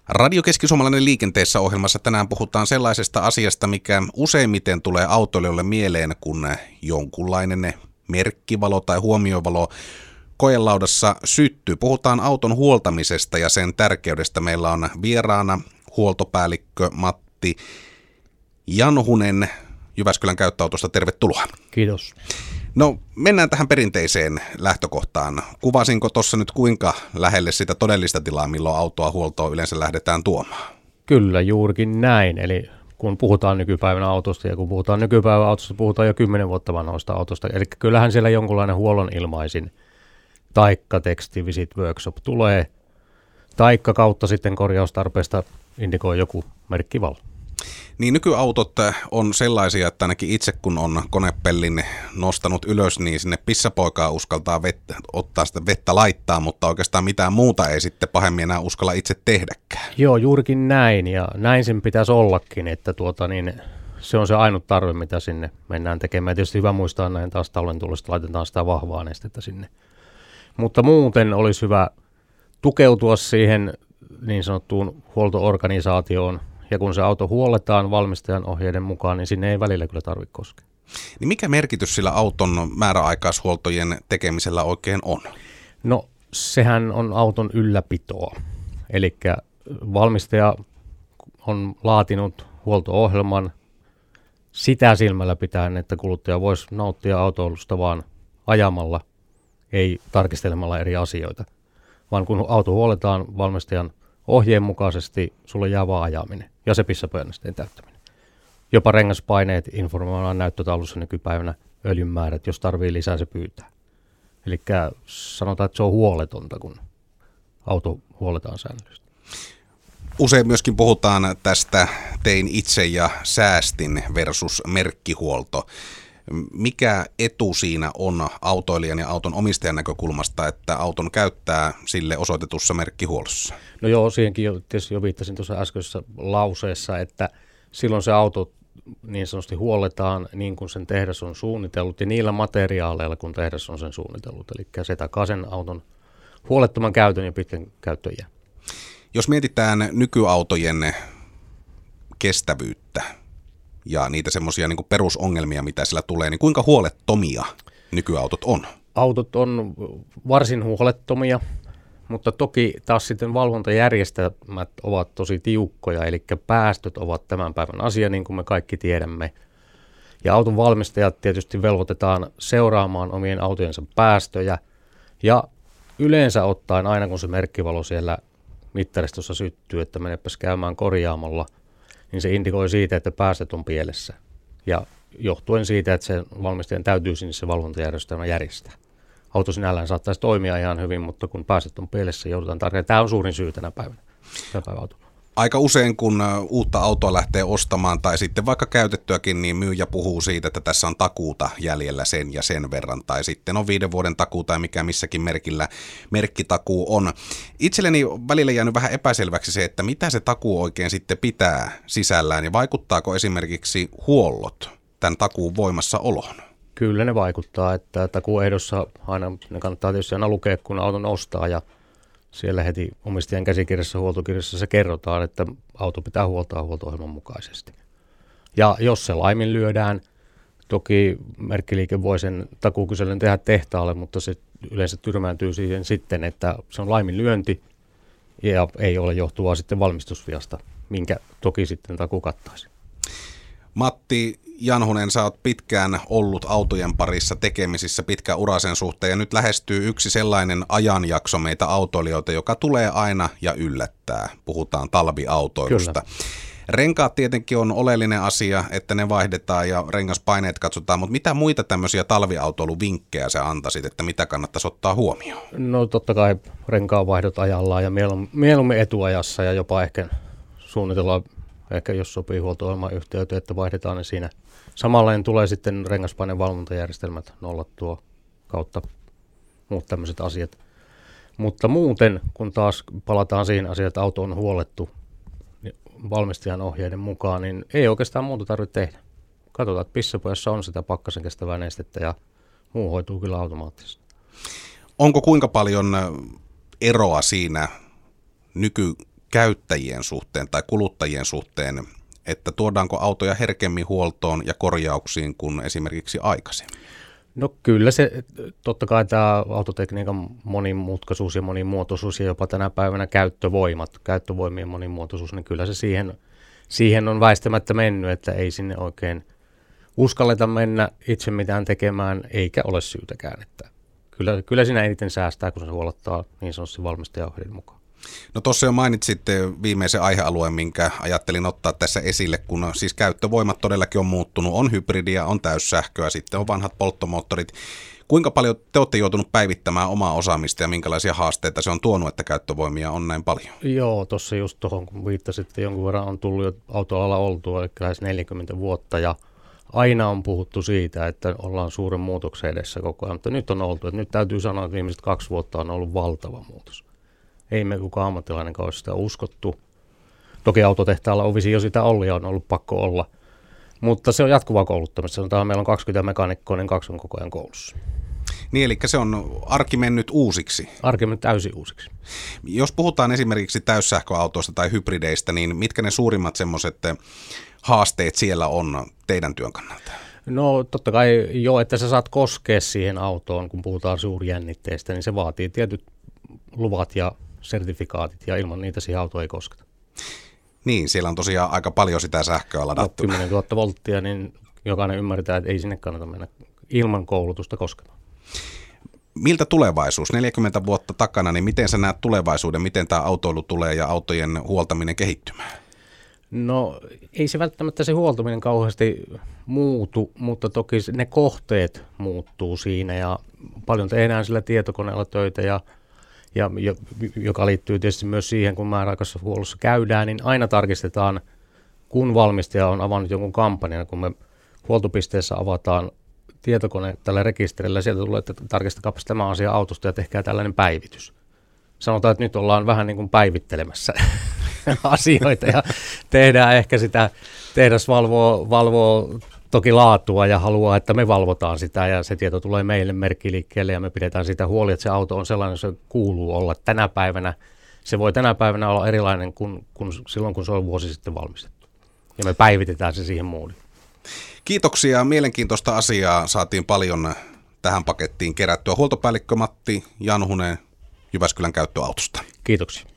Radio Keski-Suomalainen liikenteessä -ohjelmassa tänään puhutaan sellaisesta asiasta, mikä useimmiten tulee autoilijoille mieleen, kun jonkunlainen merkkivalo tai huomiovalo koelaudassa syttyy. Puhutaan auton huoltamisesta ja sen tärkeydestä. Meillä on vieraana huoltopäällikkö Matti Janhunen Jyväskylän käyttöautosta. Tervetuloa. Kiitos. No, mennään tähän perinteiseen lähtökohtaan. Kuvasinko tuossa nyt kuinka lähelle sitä todellista tilaa, milloin autoa huoltoon yleensä lähdetään tuomaan? Kyllä, juurikin näin. Eli kun puhutaan nykypäivänä autosta ja kun puhutaan nykypäivän autosta, puhutaan jo 10 vuotta vanhoista autosta. Eli kyllähän siellä jonkunlainen huollon ilmaisin taikka teksti visit workshop tulee, taikka kautta sitten korjaustarpeesta indikoi joku merkkivalo. Niin nykyautot on sellaisia, että ainakin itse kun on konepellin nostanut ylös, niin sinne pissapoikaa uskaltaa ottaa sitä vettä laittaa, mutta oikeastaan mitään muuta ei sitten pahemmin enää uskalla itse tehdäkään. Joo, juurikin näin, ja näin sen pitäisi ollakin, että se on se ainut tarve, mitä sinne mennään tekemään. Ja tietysti hyvä muistaa näin taas talven tulosta, laitetaan sitä vahvaa nestettä sinne. Mutta muuten olisi hyvä tukeutua siihen niin sanottuun huoltoorganisaatioon, ja kun se auto huolletaan valmistajan ohjeiden mukaan, niin sinne ei välillä kyllä tarvitse koskea. Niin mikä merkitys sillä auton määräaikaishuoltojen tekemisellä oikein on? No sehän on auton ylläpitoa. Eli valmistaja on laatinut huolto-ohjelman sitä silmällä pitäen, että kuluttaja voisi nauttia autoilusta vaan ajamalla, ei tarkistelemalla eri asioita. Vaan kun auto huolletaan valmistajan ohjeen mukaisesti, sulle jää vaan ajaminen ja se pissapojannesteen täyttäminen. Jopa rengaspaineet informoidaan näyttötaulussa nykypäivänä, öljyn määrät, jos tarvii lisää se pyytää. Eli sanotaan, että se on huoletonta, kun auto huolletaan säännöllisesti. Usein myöskin puhutaan tästä tein itse ja säästin versus merkkihuolto. Mikä etu siinä on autoilijan ja auton omistajan näkökulmasta, että auton käyttää sille osoitetussa merkkihuollossa? No joo, siihenkin jo viittasin tuossa äskeisessä lauseessa, että silloin se auto niin sanotusti huolletaan niin kuin sen tehdas on suunnitellut ja niillä materiaaleilla, kun tehdas on sen suunnitellut. Eli se takaa sen auton huolettoman käytön ja pitkän käyttöiän. Jos mietitään nykyautojen kestävyyttä ja niitä semmoisia niin kuin perusongelmia, mitä sillä tulee, niin kuinka huolettomia nykyautot on? Autot on varsin huolettomia, mutta toki taas sitten valvontajärjestelmät ovat tosi tiukkoja, eli päästöt ovat tämän päivän asia, niin kuin me kaikki tiedämme. Ja auton valmistajat tietysti velvoitetaan seuraamaan omien autojensa päästöjä, ja yleensä ottaen aina kun se merkkivalo siellä mittaristossa syttyy, että menepäs käymään korjaamalla, niin se indikoi siitä, että päästöt on pielessä. Ja johtuen siitä, että se valmistajan täytyy sinne se valvontajärjestelmä järjestää. Auto sinällään saattaisi toimia ihan hyvin, mutta kun päästöt on pielessä, joudutaan tarkkaan. Tämä on suurin syy tänä päivänä autolla. Aika usein, kun uutta autoa lähtee ostamaan tai sitten vaikka käytettyäkin, niin myyjä puhuu siitä, että tässä on takuuta jäljellä sen ja sen verran. Tai sitten on 5 vuoden takuu tai mikä missäkin merkillä merkkitakuu on. Itselleni välillä jäänyt vähän epäselväksi se, että mitä se takuu oikein sitten pitää sisällään ja vaikuttaako esimerkiksi huollot tämän takuun voimassaoloon? Kyllä ne vaikuttaa, että takuuehdossa aina ne kannattaa tietysti aina lukea, kun auton ostaa ja siellä heti omistajan käsikirjassa, huoltokirjassa se kerrotaan, että auto pitää huoltaa huolto-ohjelman mukaisesti. Ja jos se laiminlyödään, toki merkkiliike voi sen takuukyselyn tehdä tehtaalle, mutta se yleensä tyrmääntyy siihen sitten, että se on laiminlyönti ja ei ole johtuvaa sitten valmistusviasta, minkä toki sitten takuu kattaisi. Matti Janhunen, sä oot pitkään ollut autojen parissa tekemisissä pitkän urasen suhteen ja nyt lähestyy yksi sellainen ajanjakso meitä autoilijoita, joka tulee aina ja yllättää. Puhutaan talviautoilusta. Kyllä. Renkaat tietenkin on oleellinen asia, että ne vaihdetaan ja rengaspaineet katsotaan, mutta mitä muita tämmöisiä talviautoiluvinkkejä sä antaisit, että mitä kannattaisi ottaa huomioon? No totta kai renkaanvaihdot ajallaan ja mieluummin etuajassa ja jopa ehkä suunnitellaan, ehkä jos sopii huolto-ohjelman yhteyteen, että vaihdetaan ne siinä. Samalla tulee sitten rengaspaineen valvontajärjestelmät nollattua kautta muut tämmöiset asiat. Mutta muuten, kun taas palataan siihen asiaan, että auto on huollettu niin valmistajan ohjeiden mukaan, niin ei oikeastaan muuta tarvitse tehdä. Katsotaan, että pissapojassa on sitä pakkasen kestävää nestettä ja muu hoituu kyllä automaattisesti. Onko kuinka paljon eroa siinä käyttäjien suhteen tai kuluttajien suhteen, että tuodaanko autoja herkemmin huoltoon ja korjauksiin kuin esimerkiksi aikaisemmin? No kyllä se, totta kai tämä autotekniikan monimutkaisuus ja monimuotoisuus ja jopa tänä päivänä käyttövoimien monimuotoisuus, niin kyllä se siihen on väistämättä mennyt, että ei sinne oikein uskalleta mennä itse mitään tekemään, eikä ole syytäkään. Että kyllä siinä eniten säästää, kun se huolettaa niin sanotusti valmistajaohjeiden mukaan. No tuossa jo mainitsitte viimeisen aihealueen, minkä ajattelin ottaa tässä esille, kun siis käyttövoimat todellakin on muuttunut. On hybridiä, on täyssähköä, sitten on vanhat polttomoottorit. Kuinka paljon te olette joutunut päivittämään omaa osaamista ja minkälaisia haasteita se on tuonut, että käyttövoimia on näin paljon? Joo, tuossa just tuohon kun viittasitte, jonkun verran on tullut jo autoalalla oltua, eli lähes 40 vuotta ja aina on puhuttu siitä, että ollaan suuren muutoksen edessä koko ajan, mutta nyt on oltu. Että nyt täytyy sanoa, että viimeiset 2 vuotta on ollut valtava muutos. Ei me kukaan ammattilainen ole sitä uskottu. Toki autotehtaalla on jo sitä ollut ja on ollut pakko olla. Mutta se on jatkuvaa kouluttamista. Sanotaan, meillä on 20 mekaanikkoa, niin 2 on koko ajan koulussa. Niin, eli se on arki mennyt uusiksi. Arki mennyt täysin uusiksi. Jos puhutaan esimerkiksi täyssähköautoista tai hybrideistä, niin mitkä ne suurimmat semmoiset haasteet siellä on teidän työn kannalta? No totta kai jo, että sä saat koskea siihen autoon, kun puhutaan suurjännitteistä, niin se vaatii tietyt luvat ja sertifikaatit, ja ilman niitä siihen auto ei kosketa. Niin, siellä on tosiaan aika paljon sitä sähköä ladattu. 10 000 volttia, niin jokainen ymmärtää, että ei sinne kannata mennä ilman koulutusta koskemaan. Miltä tulevaisuus? 40 vuotta takana, niin miten sä näet tulevaisuuden? Miten tämä autoilu tulee ja autojen huoltaminen kehittymään? No ei se välttämättä se huoltaminen kauheasti muutu, mutta toki ne kohteet muuttuu siinä ja paljon tehdään sillä tietokoneella töitä ja joka liittyy tietysti myös siihen, kun määräaikaisessa huollossa käydään, niin aina tarkistetaan, kun valmistaja on avannut jonkun kampanjan, kun me huoltopisteessä avataan tietokone tällä rekisterillä, sieltä tulee, että tarkistakaa tämä asia autosta ja tehkää tällainen päivitys. Sanotaan, että nyt ollaan vähän niin kuin päivittelemässä asioita ja tehdään ehkä sitä, tehdas valvoo toki laatua ja haluaa, että me valvotaan sitä ja se tieto tulee meille merkkiliikkeelle ja me pidetään sitä huoli, että se auto on sellainen, se kuuluu olla tänä päivänä. Se voi tänä päivänä olla erilainen kuin silloin, kun se on vuosi sitten valmistettu. Ja me päivitetään se siihen moodiin. Kiitoksia. Mielenkiintoista asiaa saatiin paljon tähän pakettiin kerättyä. Huoltopäällikkö Matti Janhunen Jyväskylän käyttöautosta. Kiitoksia.